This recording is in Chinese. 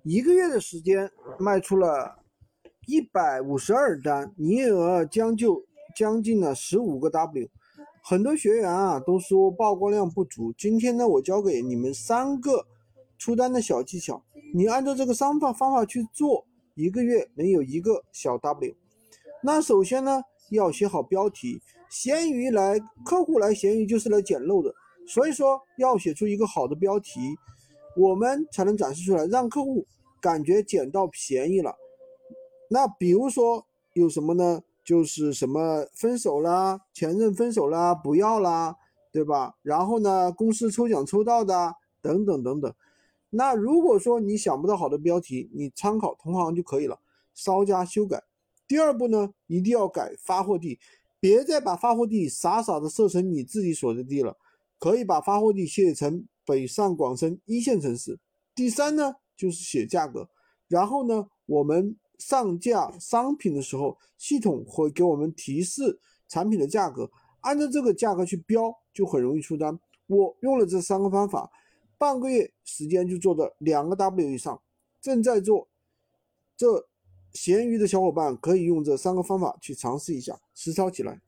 1个月的时间卖出了152单，营业额将近了15个 W。很多学员啊都说曝光量不足，今天呢我教给你们3个出单的小技巧，你按照这个方法去做，1个月能有1个小 W。那首先呢要写好标题，客户来闲鱼就是来捡漏的，所以说要写出一个好的标题，我们才能展示出来，让客户感觉捡到便宜了。那比如说有什么呢？就是什么分手啦，前任分手啦，不要啦，对吧？然后呢，公司抽奖抽到的等等等等。那如果说你想不到好的标题，你参考同行就可以了，稍加修改。第二步呢，一定要改发货地，别再把发货地傻傻的设成你自己所在地了，可以把发货地写成北上广深1线城市。第三呢，就是写价格，然后呢，我们上架商品的时候，系统会给我们提示产品的价格，按照这个价格去标，就很容易出单。我用了这3个方法，半个月时间就做的2个 W 以上，正在做。这闲鱼的小伙伴可以用这3个方法去尝试一下，实操起来。